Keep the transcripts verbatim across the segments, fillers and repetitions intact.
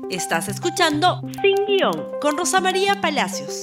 Estás escuchando Sin Guión con Rosa María Palacios.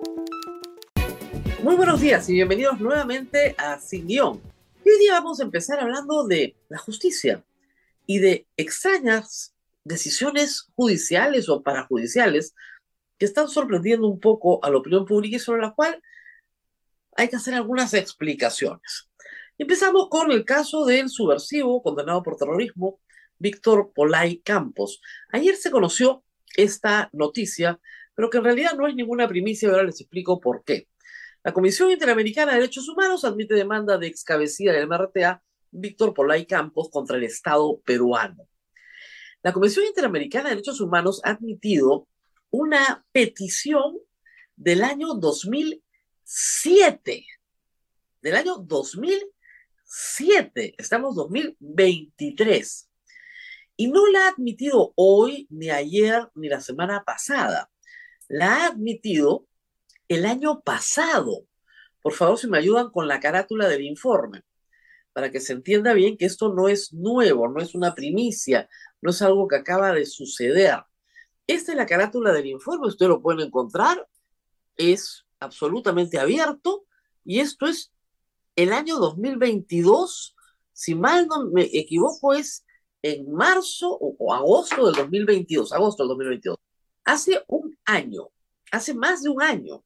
Muy buenos días y bienvenidos nuevamente a Sin Guión. Y hoy día vamos a empezar hablando de la justicia y de extrañas decisiones judiciales o parajudiciales que están sorprendiendo un poco a la opinión pública y sobre la cual hay que hacer algunas explicaciones. Empezamos con el caso del subversivo condenado por terrorismo, Víctor Polay Campos. Ayer se conoció esta noticia, pero que en realidad no es ninguna primicia y ahora les explico por qué. La Comisión Interamericana de Derechos Humanos admite demanda de excabecilla del M R T A, Víctor Polay Campos, contra el Estado peruano. La Comisión Interamericana de Derechos Humanos ha admitido una petición del año dos mil siete. Del año dos mil siete. Estamos en dos mil veintitrés. Y no la ha admitido hoy, ni ayer, ni la semana pasada. La ha admitido el año pasado. Por favor, si me ayudan con la carátula del informe, para que se entienda bien que esto no es nuevo, no es una primicia, no es algo que acaba de suceder. Esta es la carátula del informe, ustedes lo pueden encontrar, es absolutamente abierto, y esto es el año dos mil veintidós, si mal no me equivoco, es en marzo o, o agosto del dos mil veintidós, agosto del dos mil veintidós. Hace un año, hace más de un año.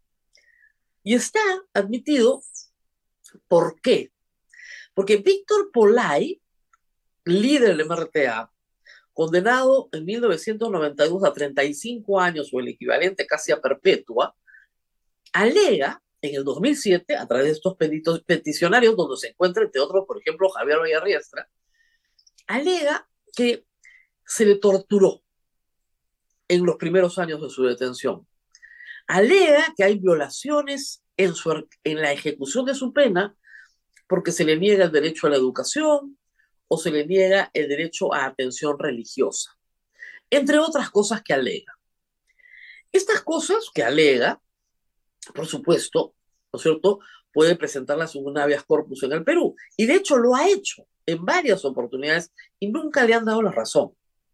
Y está admitido, ¿por qué? Porque Víctor Polay, líder del M R T A, condenado en mil novecientos noventa y dos a treinta y cinco años o el equivalente casi a perpetua, alega en el dos mil siete, a través de estos peticionarios, donde se encuentra, entre otros, por ejemplo, Javier Vallarriestra, alega que se le torturó en los primeros años de su detención. Alega que hay violaciones en, su, en la ejecución de su pena porque se le niega el derecho a la educación o se le niega el derecho a atención religiosa, entre otras cosas que alega. Estas cosas que alega, por supuesto, ¿no es cierto?, puede presentarlas en un habeas corpus en el Perú, y de hecho lo ha hecho en varias oportunidades y nunca le han dado la razón.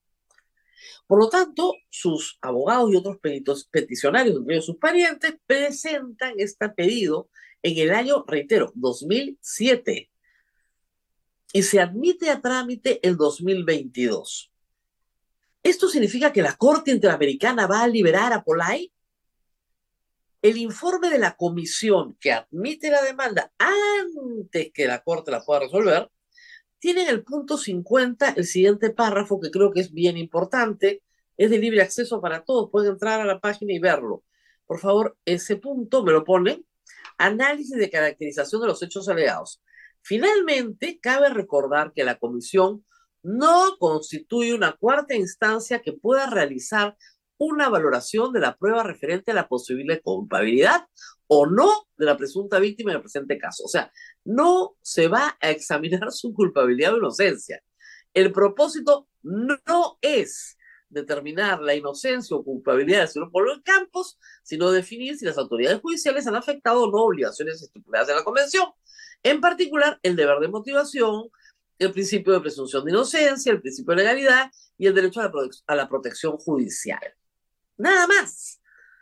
Por lo tanto, sus abogados y otros peticionarios, entre ellos sus parientes, presentan este pedido en el año, reitero, dos mil siete, y se admite a trámite el dos mil veintidós. ¿Esto significa que la Corte Interamericana va a liberar a Polay? El informe de la comisión que admite la demanda antes que la Corte la pueda resolver tiene en el punto cincuenta el siguiente párrafo que creo que es bien importante, es de libre acceso para todos, pueden entrar a la página y verlo. Por favor, ese punto me lo ponen. Análisis de caracterización de los hechos alegados. Finalmente, cabe recordar que la comisión no constituye una cuarta instancia que pueda realizar una valoración de la prueba referente a la posible culpabilidad o no de la presunta víctima en el presente caso. O sea, no se va a examinar su culpabilidad o inocencia. El propósito no es determinar la inocencia o culpabilidad del señor Polay Campos, sino definir si las autoridades judiciales han afectado o no obligaciones estipuladas en la Convención. En particular, el deber de motivación, el principio de presunción de inocencia, el principio de legalidad y el derecho a la, a la protección judicial. Nada más.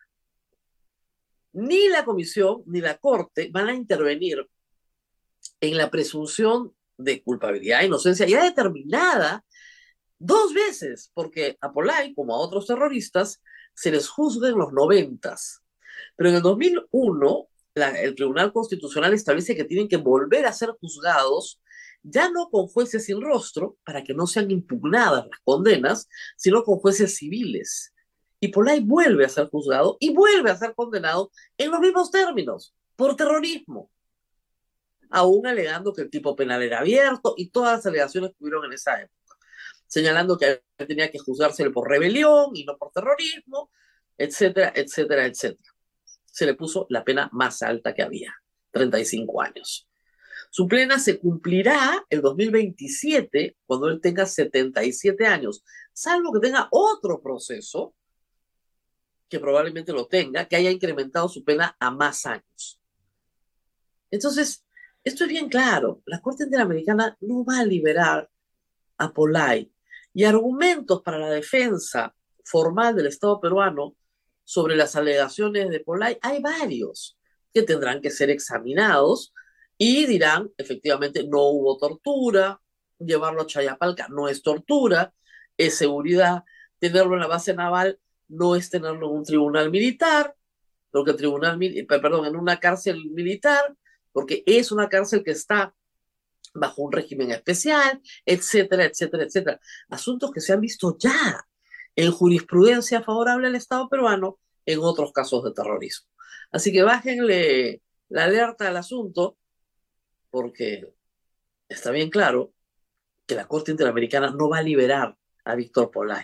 Ni la comisión ni la corte van a intervenir en la presunción de culpabilidad e inocencia ya determinada dos veces, porque a Polay, como a otros terroristas, se les juzga en los noventas. Pero en el dos mil uno, la, el Tribunal Constitucional establece que tienen que volver a ser juzgados, ya no con jueces sin rostro, para que no sean impugnadas las condenas, sino con jueces civiles. Y Polay vuelve a ser juzgado y vuelve a ser condenado en los mismos términos, por terrorismo, aún alegando que el tipo penal era abierto y todas las alegaciones que hubieron en esa época, señalando que tenía que juzgársele por rebelión y no por terrorismo, etcétera, etcétera, etcétera. Se le puso la pena más alta que había, treinta y cinco años. Su pena se cumplirá el dos mil veintisiete, cuando él tenga setenta y siete años, salvo que tenga otro proceso, que probablemente lo tenga, que haya incrementado su pena a más años. Entonces, esto es bien claro, la Corte Interamericana no va a liberar a Polay, y argumentos para la defensa formal del Estado peruano sobre las alegaciones de Polay, hay varios que tendrán que ser examinados y dirán, efectivamente, no hubo tortura, llevarlo a Chayapalca no es tortura, es seguridad, tenerlo en la base naval no es tenerlo en un tribunal militar, porque el tribunal, perdón, en una cárcel militar, porque es una cárcel que está bajo un régimen especial, etcétera, etcétera, etcétera. Asuntos que se han visto ya en jurisprudencia favorable al Estado peruano en otros casos de terrorismo. Así que bájenle la alerta al asunto, porque está bien claro que la Corte Interamericana no va a liberar a Víctor Polay.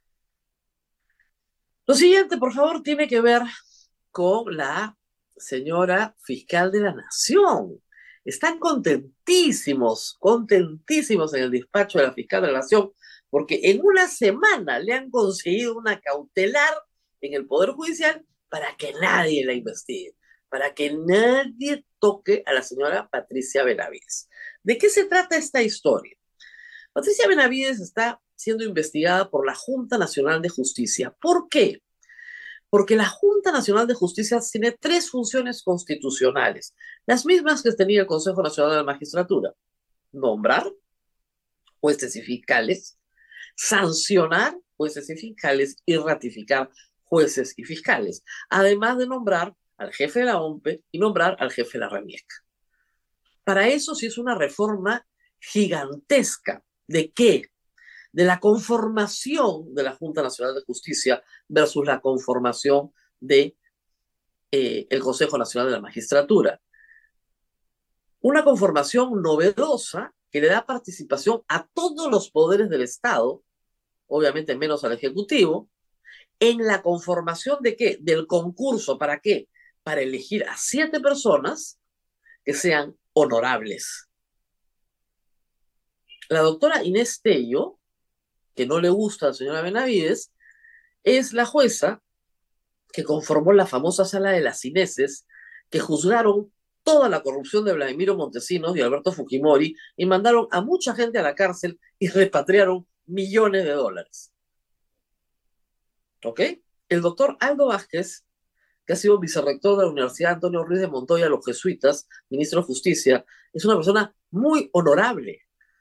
Lo siguiente, por favor, tiene que ver con la señora fiscal de la Nación. Están contentísimos, contentísimos en el despacho de la fiscal de la Nación, porque en una semana le han conseguido una cautelar en el Poder Judicial para que nadie la investigue, para que nadie toque a la señora Patricia Benavides. ¿De qué se trata esta historia? Patricia Benavides está siendo investigada por la Junta Nacional de Justicia. ¿Por qué? Porque la Junta Nacional de Justicia tiene tres funciones constitucionales, las mismas que tenía el Consejo Nacional de la Magistratura: nombrar jueces y fiscales, sancionar jueces y fiscales y ratificar jueces y fiscales, además de nombrar al jefe de la O M P E y nombrar al jefe de la REMIEC. Para eso sí es una reforma gigantesca. ¿De qué? De la conformación de la Junta Nacional de Justicia versus la conformación del de, eh, Consejo Nacional de la Magistratura. Una conformación novedosa que le da participación a todos los poderes del Estado, obviamente menos al Ejecutivo, en la conformación de qué? Del concurso. ¿Para qué? Para elegir a siete personas que sean honorables. La doctora Inés Tello, que no le gusta a la señora Benavides, es la jueza que conformó la famosa sala de las Ineses, que juzgaron toda la corrupción de Vladimiro Montesinos y Alberto Fujimori y mandaron a mucha gente a la cárcel y repatriaron millones de dólares. ¿Ok? El doctor Aldo Vázquez, que ha sido vicerrector de la Universidad Antonio Ruiz de Montoya, los jesuitas, ministro de Justicia, es una persona muy honorable.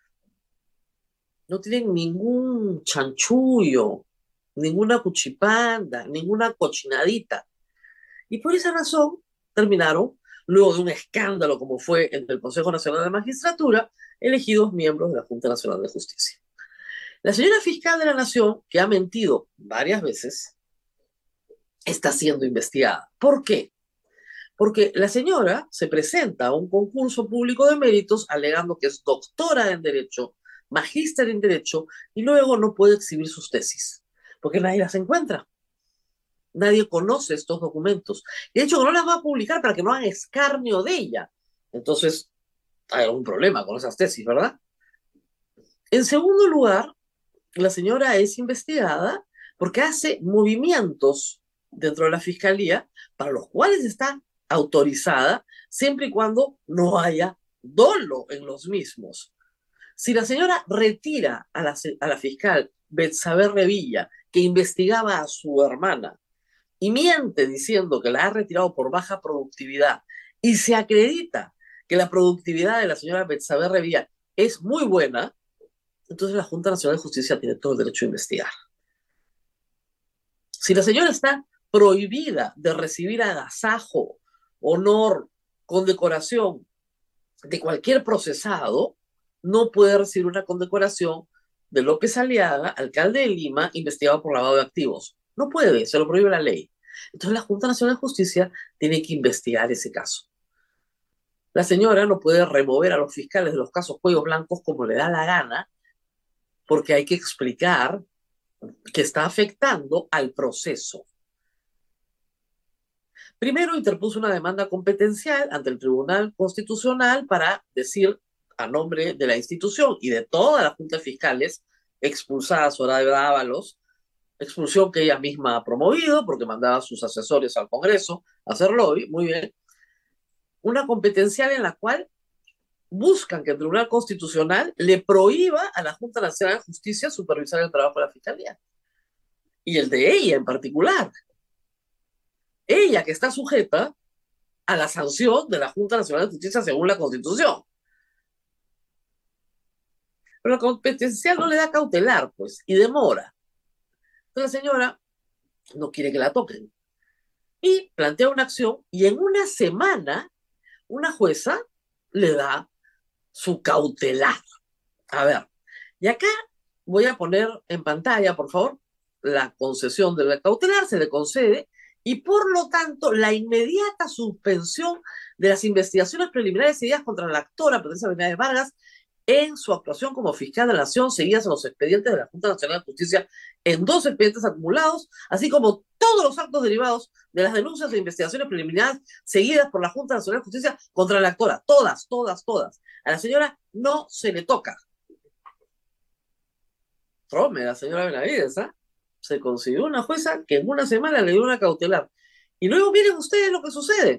No tienen ningún chanchullo, ninguna cuchipanda, ninguna cochinadita. Y por esa razón terminaron, luego de un escándalo como fue el del Consejo Nacional de Magistratura, elegidos miembros de la Junta Nacional de Justicia. La señora fiscal de la Nación, que ha mentido varias veces, está siendo investigada. ¿Por qué? Porque la señora se presenta a un concurso público de méritos alegando que es doctora en Derecho, magíster en Derecho, y luego no puede exhibir sus tesis, porque nadie las encuentra. Nadie conoce estos documentos. De hecho, no las va a publicar para que no hagan escarnio de ella. Entonces, hay algún problema con esas tesis, ¿verdad? En segundo lugar, la señora es investigada porque hace movimientos dentro de la fiscalía para los cuales está autorizada siempre y cuando no haya dolo en los mismos. Si la señora retira a la, a la fiscal Betsabe Revilla, que investigaba a su hermana, y miente diciendo que la ha retirado por baja productividad, y se acredita que la productividad de la señora Betsabe Revilla es muy buena, entonces la Junta Nacional de Justicia tiene todo el derecho a investigar. Si la señora está prohibida de recibir agasajo, honor, condecoración de cualquier procesado, no puede recibir una condecoración de López Aliaga, alcalde de Lima, investigado por lavado de activos. No puede, se lo prohíbe la ley. Entonces la Junta Nacional de Justicia tiene que investigar ese caso. La señora no puede remover a los fiscales de los casos cuellos blancos como le da la gana, porque hay que explicar que está afectando al proceso. Primero interpuso una demanda competencial ante el Tribunal Constitucional para decir a nombre de la institución y de toda la Junta de Fiscales expulsada Zoraida Ábalos, expulsión que ella misma ha promovido porque mandaba a sus asesores al Congreso a hacer lobby, muy bien, una competencial en la cual buscan que el Tribunal Constitucional le prohíba a la Junta Nacional de Justicia supervisar el trabajo de la Fiscalía. y el de ella en particular. Ella que está sujeta a la sanción de la Junta Nacional de Justicia según la Constitución. Pero la competencial no le da cautelar, pues, y demora. Entonces la señora no quiere que la toquen. Y plantea una acción, y en una semana una jueza le da su cautelar. A ver, y acá voy a poner en pantalla, por favor, la concesión de la cautelar, se le concede, y por lo tanto, la inmediata suspensión de las investigaciones preliminares seguidas contra la actora Patricia Benavides Vargas en su actuación como fiscal de la Nación, seguidas en los expedientes de la Junta Nacional de Justicia, en dos expedientes acumulados, así como todos los actos derivados de las denuncias de investigaciones preliminares seguidas por la Junta Nacional de Justicia contra la actora. Todas, todas, todas. A la señora no se le toca. Trome, la señora Benavides, ¿ah? ¿eh? Se consiguió una jueza que en una semana le dio una cautelar. Y luego miren ustedes lo que sucede.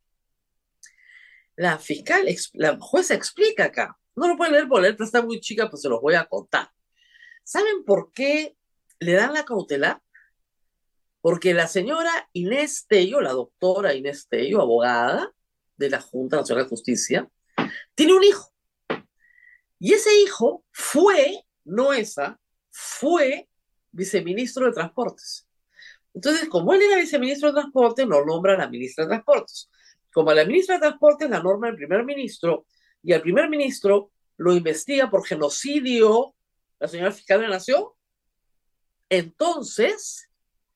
La fiscal, la jueza explica acá. No lo pueden leer por leer, pero está muy chica, pues se los voy a contar. ¿Saben por qué le dan la cautelar? Porque la señora Inés Tello, la doctora Inés Tello, abogada de la Junta Nacional de Justicia, tiene un hijo. Y ese hijo fue, no esa, fue viceministro de Transportes. Entonces, como él era viceministro de Transportes, lo nombra la ministra de Transportes. Como a la ministra de Transportes la norma el primer ministro, y al primer ministro lo investiga por genocidio la señora fiscal de la Nación, entonces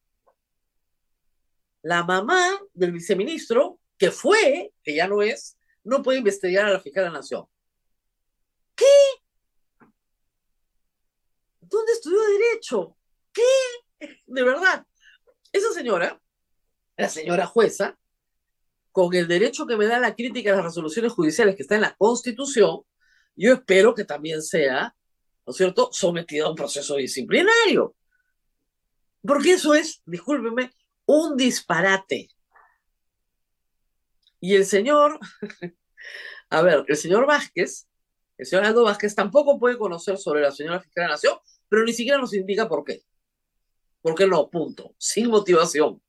la mamá del viceministro, que fue, que ya no es, no puede investigar a la fiscal de la Nación. ¿Qué? ¿Dónde estudió Derecho? ¿Qué? De verdad. Esa señora, la señora jueza, con el derecho que me da la crítica a las resoluciones judiciales que está en la Constitución, yo espero que también sea, ¿no es cierto?, sometida a un proceso disciplinario. Porque eso es, discúlpeme, un disparate. Y el señor, a ver, el señor Vázquez, el señor Aldo Vázquez tampoco puede conocer sobre la señora fiscal de la Nación, pero ni siquiera nos indica por qué. ¿Por qué no? Punto. Sin motivación.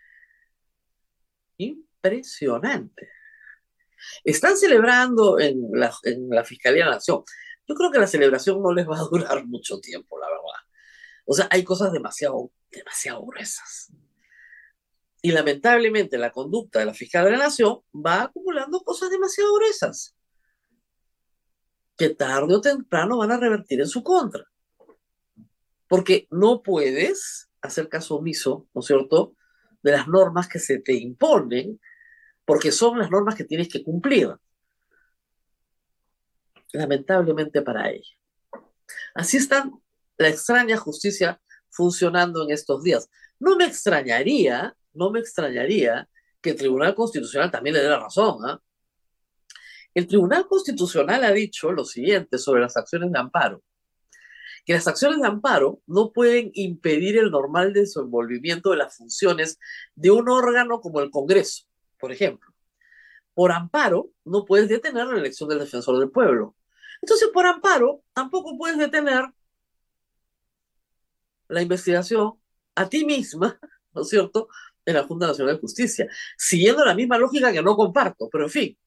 Impresionante. Están celebrando en la, en la Fiscalía de la Nación. Yo creo que la celebración no les va a durar mucho tiempo, la verdad. O sea, hay cosas demasiado, demasiado gruesas. Y lamentablemente la conducta de la fiscal de la Nación va acumulando cosas demasiado gruesas que tarde o temprano van a revertir en su contra. Porque no puedes hacer caso omiso, ¿no es cierto?, de las normas que se te imponen, porque son las normas que tienes que cumplir. Lamentablemente para ella. Así está la extraña justicia funcionando en estos días. No me extrañaría, no me extrañaría que el Tribunal Constitucional también le dé la razón, ¿eh? El Tribunal Constitucional ha dicho lo siguiente sobre las acciones de amparo, que las acciones de amparo no pueden impedir el normal desenvolvimiento de las funciones de un órgano como el Congreso, por ejemplo. Por amparo no puedes detener la elección del defensor del pueblo. Entonces, por amparo, tampoco puedes detener la investigación a ti misma, ¿no es cierto?, en la Junta Nacional de Justicia, siguiendo la misma lógica que no comparto, pero en fin.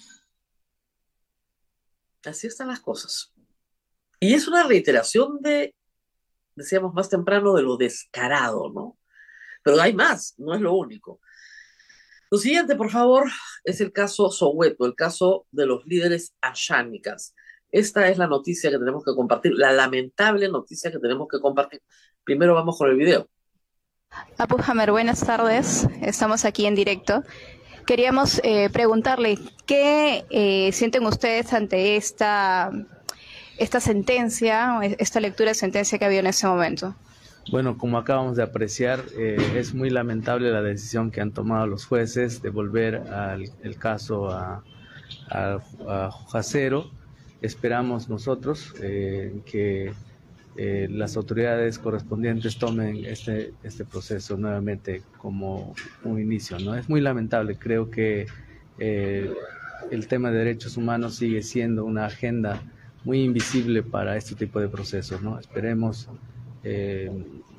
Así están las cosas. Y es una reiteración de, decíamos más temprano, de lo descarado, ¿no? Pero hay más, no es lo único. Lo siguiente, por favor, es el caso Soweto, el caso de los líderes ashánicas. Esta es la noticia que tenemos que compartir, la lamentable noticia que tenemos que compartir. Primero vamos con el video. Apu Hammer, buenas tardes. Estamos aquí en directo. Queríamos eh, preguntarle, ¿qué eh, sienten ustedes ante esta, esta sentencia, esta lectura de sentencia que había en ese momento? Bueno, como acabamos de apreciar, eh, es muy lamentable la decisión que han tomado los jueces de volver al el caso a, a, a Jacero. Esperamos nosotros eh, que eh, las autoridades correspondientes tomen este, este proceso nuevamente como un inicio, ¿no? Es muy lamentable, creo que eh, el tema de derechos humanos sigue siendo una agenda muy invisible para este tipo de procesos, ¿no? Esperemos Eh, que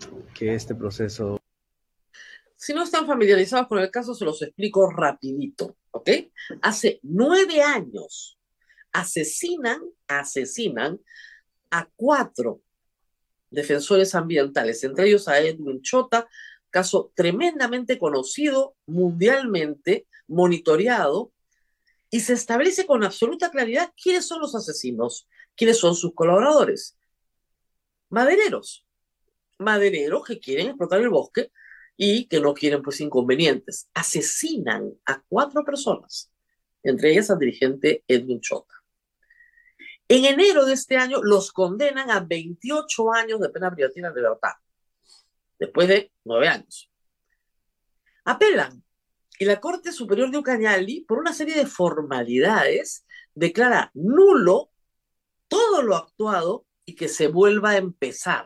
que este proceso... Si no están familiarizados con el caso, se los explico rapidito, ¿ok? Hace nueve años asesinan, asesinan a cuatro defensores ambientales, entre ellos a Edwin Chota, caso tremendamente conocido mundialmente, monitoreado, y se establece con absoluta claridad quiénes son los asesinos, quiénes son sus colaboradores. Madereros, madereros que quieren explotar el bosque y que no quieren pues inconvenientes. Asesinan a cuatro personas, entre ellas al dirigente Edwin Chota. En enero de este año los condenan a veintiocho años de pena privativa de libertad, después de nueve años. Apelan y la Corte Superior de Ucayali, por una serie de formalidades, declara nulo todo lo actuado y que se vuelva a empezar.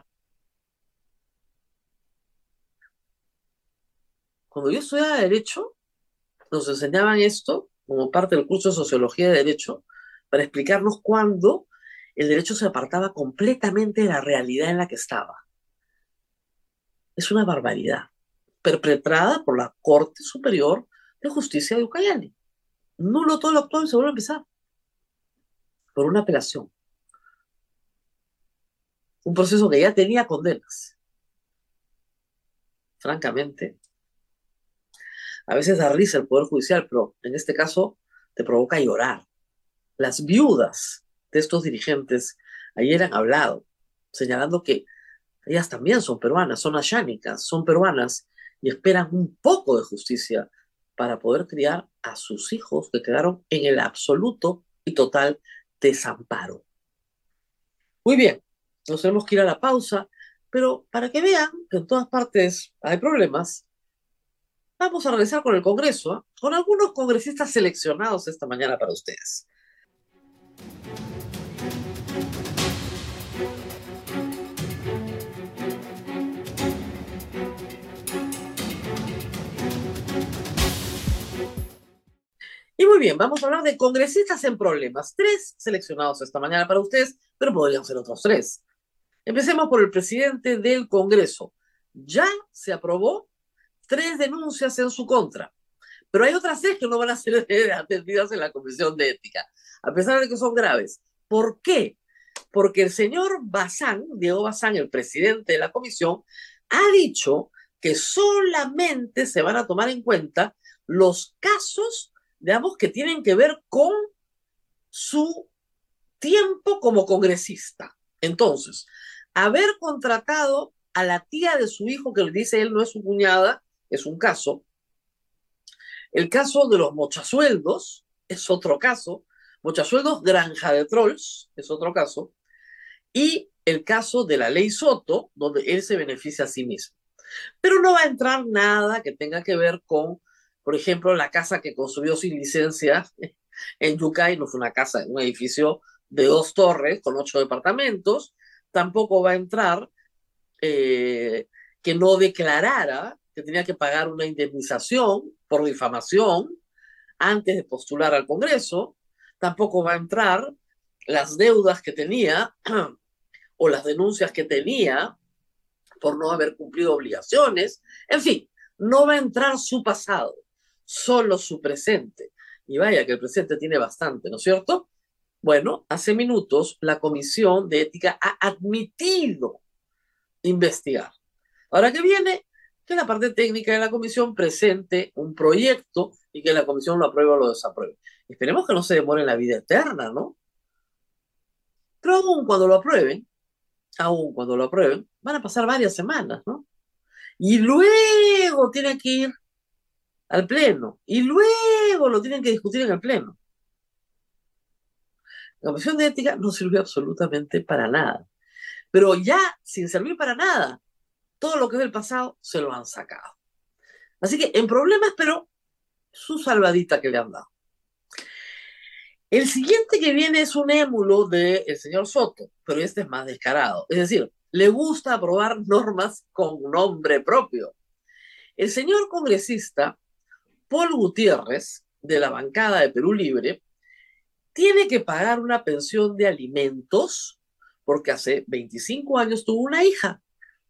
Cuando yo estudiaba Derecho, nos enseñaban esto como parte del curso de Sociología de Derecho, para explicarnos cuándo el derecho se apartaba completamente de la realidad en la que estaba. Es una barbaridad, perpetrada por la Corte Superior de Justicia de Ucayali. Nulo todo lo actual y se vuelve a empezar por una apelación. Un proceso que ya tenía condenas. Francamente, a veces da risa el Poder Judicial, pero en este caso te provoca llorar. Las viudas de estos dirigentes ayer han hablado, señalando que ellas también son peruanas, son ayánicas, son peruanas y esperan un poco de justicia para poder criar a sus hijos que quedaron en el absoluto y total desamparo. Muy bien, nos tenemos que ir a la pausa, pero para que vean que en todas partes hay problemas, vamos a regresar con el Congreso, ¿eh? Con algunos congresistas seleccionados esta mañana para ustedes. Y muy bien, vamos a hablar de congresistas en problemas. Tres seleccionados esta mañana para ustedes, pero podrían ser otros tres. Empecemos por el presidente del Congreso. Ya se aprobó tres denuncias en su contra, pero hay otras tres que no van a ser atendidas en la Comisión de Ética, a pesar de que son graves. ¿Por qué? Porque el señor Bazán, Diego Bazán, el presidente de la comisión, ha dicho que solamente se van a tomar en cuenta los casos, digamos, que tienen que ver con su tiempo como congresista. Entonces, haber contratado a la tía de su hijo, que le dice él no es su cuñada, es un caso. El caso de los mochasueldos es otro caso. Mochasueldos, granja de trolls, es otro caso. Y el caso de la ley Soto, donde él se beneficia a sí mismo. Pero no va a entrar nada que tenga que ver con, por ejemplo, la casa que construyó sin licencia en Yucay. No fue una casa, un edificio de dos torres con ocho departamentos. Tampoco va a entrar eh, que no declarara que tenía que pagar una indemnización por difamación antes de postular al Congreso. Tampoco va a entrar las deudas que tenía o las denuncias que tenía por no haber cumplido obligaciones. En fin, no va a entrar su pasado, solo su presente. Y vaya que el presente tiene bastante, ¿no es cierto? Bueno, hace minutos la Comisión de Ética ha admitido investigar. Ahora que viene, que la parte técnica de la comisión presente un proyecto y que la comisión lo apruebe o lo desapruebe. Esperemos que no se demore en la vida eterna, ¿no? Pero aún cuando lo aprueben, aún cuando lo aprueben, van a pasar varias semanas, ¿no? Y luego tiene que ir al Pleno, y luego lo tienen que discutir en el Pleno. La Comisión de Ética no sirvió absolutamente para nada. Pero ya, sin servir para nada, todo lo que es del pasado se lo han sacado. Así que en problemas, pero su salvadita que le han dado. El siguiente que viene es un émulo del señor Soto, pero este es más descarado. Es decir, le gusta aprobar normas con nombre propio. El señor congresista Paul Gutiérrez, de la bancada de Perú Libre, tiene que pagar una pensión de alimentos porque hace veinticinco años tuvo una hija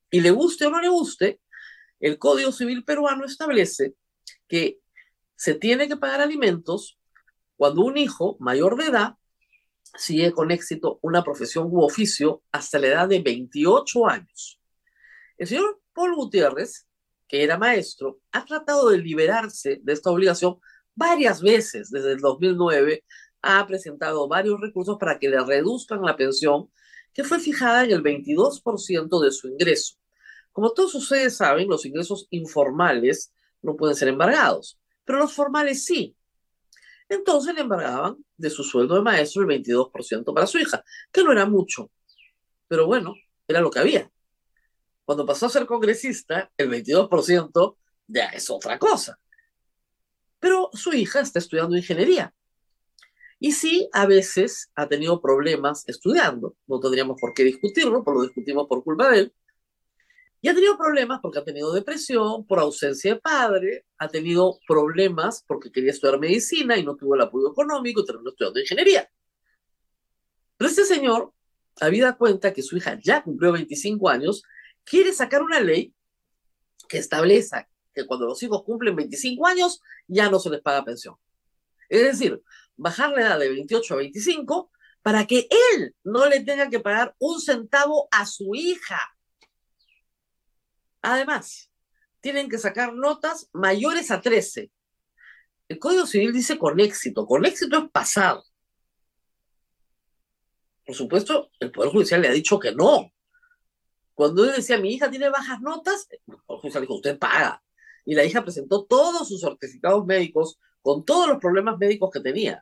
Y le guste o no le guste, el Código Civil peruano establece que se tiene que pagar alimentos cuando un hijo mayor de edad sigue con éxito una profesión u oficio hasta la edad de veintiocho años. El señor Paul Gutiérrez, que era maestro, ha tratado de liberarse de esta obligación varias veces desde el dos mil nueve. Ha presentado varios recursos para que le reduzcan la pensión, que fue fijada en el veintidós por ciento de su ingreso. Como todos ustedes saben, los ingresos informales no pueden ser embargados, pero los formales sí. Entonces le embargaban de su sueldo de maestro el veintidós por ciento para su hija, que no era mucho, pero bueno, era lo que había. Cuando pasó a ser congresista, el veintidós por ciento ya es otra cosa. Pero su hija está estudiando ingeniería. Y sí, a veces ha tenido problemas estudiando. No tendríamos por qué discutirlo, pues lo discutimos por culpa de él. Y ha tenido problemas porque ha tenido depresión, por ausencia de padre, ha tenido problemas porque quería estudiar medicina y no tuvo el apoyo económico y terminó estudiando ingeniería. Pero este señor, habida cuenta que su hija ya cumplió veinticinco años, quiere sacar una ley que establezca que cuando los hijos cumplen veinticinco años ya no se les paga pensión. Es decir, bajar la edad de veintiocho a veinticinco para que él no le tenga que pagar un centavo a su hija. Además, tienen que sacar notas mayores a trece. El Código Civil dice con éxito. Con éxito es pasado. Por supuesto, el Poder Judicial le ha dicho que no. Cuando él decía, mi hija tiene bajas notas, el Poder Judicial dijo, usted paga. Y la hija presentó todos sus certificados médicos con todos los problemas médicos que tenía.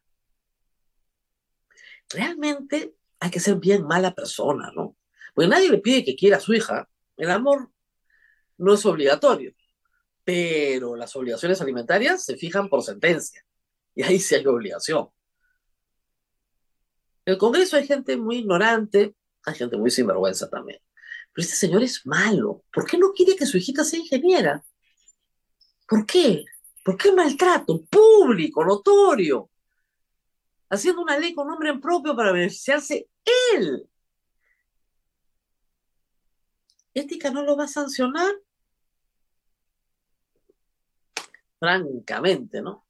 Realmente hay que ser bien mala persona, ¿no? Porque nadie le pide que quiera a su hija. El amor no es obligatorio, pero las obligaciones alimentarias se fijan por sentencia, y ahí sí hay obligación. En el Congreso hay gente muy ignorante, hay gente muy sinvergüenza también, pero este señor es malo. ¿Por qué no quiere que su hijita sea ingeniera? ¿Por qué? ¿Por qué maltrato público, notorio? Haciendo una ley con nombre propio para beneficiarse él. ¿Ética no lo va a sancionar? Francamente, ¿no?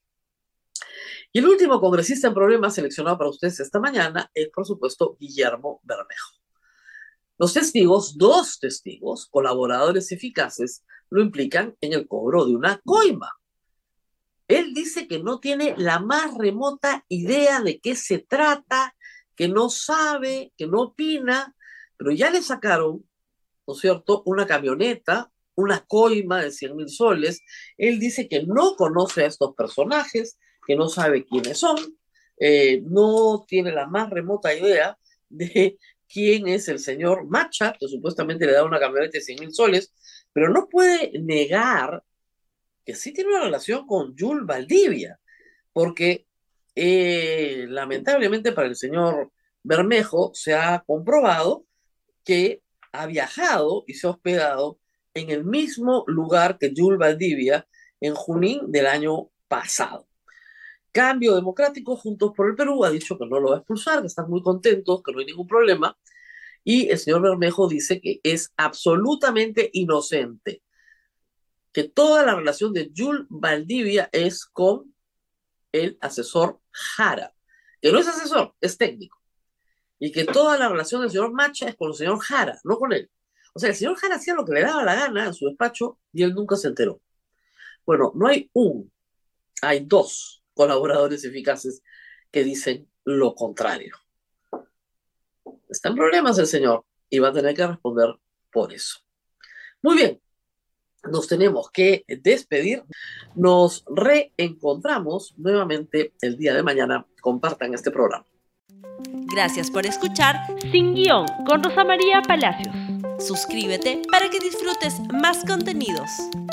Y el último congresista en problemas seleccionado para ustedes esta mañana es, por supuesto, Guillermo Bermejo. Los testigos, dos testigos, colaboradores eficaces, lo implican en el cobro de una coima. Él dice que no tiene la más remota idea de qué se trata, que no sabe, que no opina, pero ya le sacaron, ¿no es cierto?, una camioneta, una coima de cien mil soles. Él dice que no conoce a estos personajes, que no sabe quiénes son, eh, no tiene la más remota idea de quién es el señor Macha, que supuestamente le da una camioneta de cien mil soles, pero no puede negar que sí tiene una relación con Jules Valdivia, porque eh, lamentablemente para el señor Bermejo se ha comprobado que ha viajado y se ha hospedado en el mismo lugar que Jules Valdivia en Junín del año pasado. Cambio Democrático, Juntos por el Perú, ha dicho que no lo va a expulsar, que están muy contentos, que no hay ningún problema, y el señor Bermejo dice que es absolutamente inocente, que toda la relación de Jules Valdivia es con el asesor Jara, que no es asesor, es técnico, y que toda la relación del señor Macha es con el señor Jara, no con él. O sea, el señor Jara hacía lo que le daba la gana en su despacho y él nunca se enteró. Bueno, no hay un, hay dos colaboradores eficaces que dicen lo contrario. Está en problemas el señor y va a tener que responder por eso. Muy bien, nos tenemos que despedir. Nos reencontramos nuevamente el día de mañana. Compartan este programa. Gracias por escuchar Sin Guión con Rosa María Palacios. Suscríbete para que disfrutes más contenidos.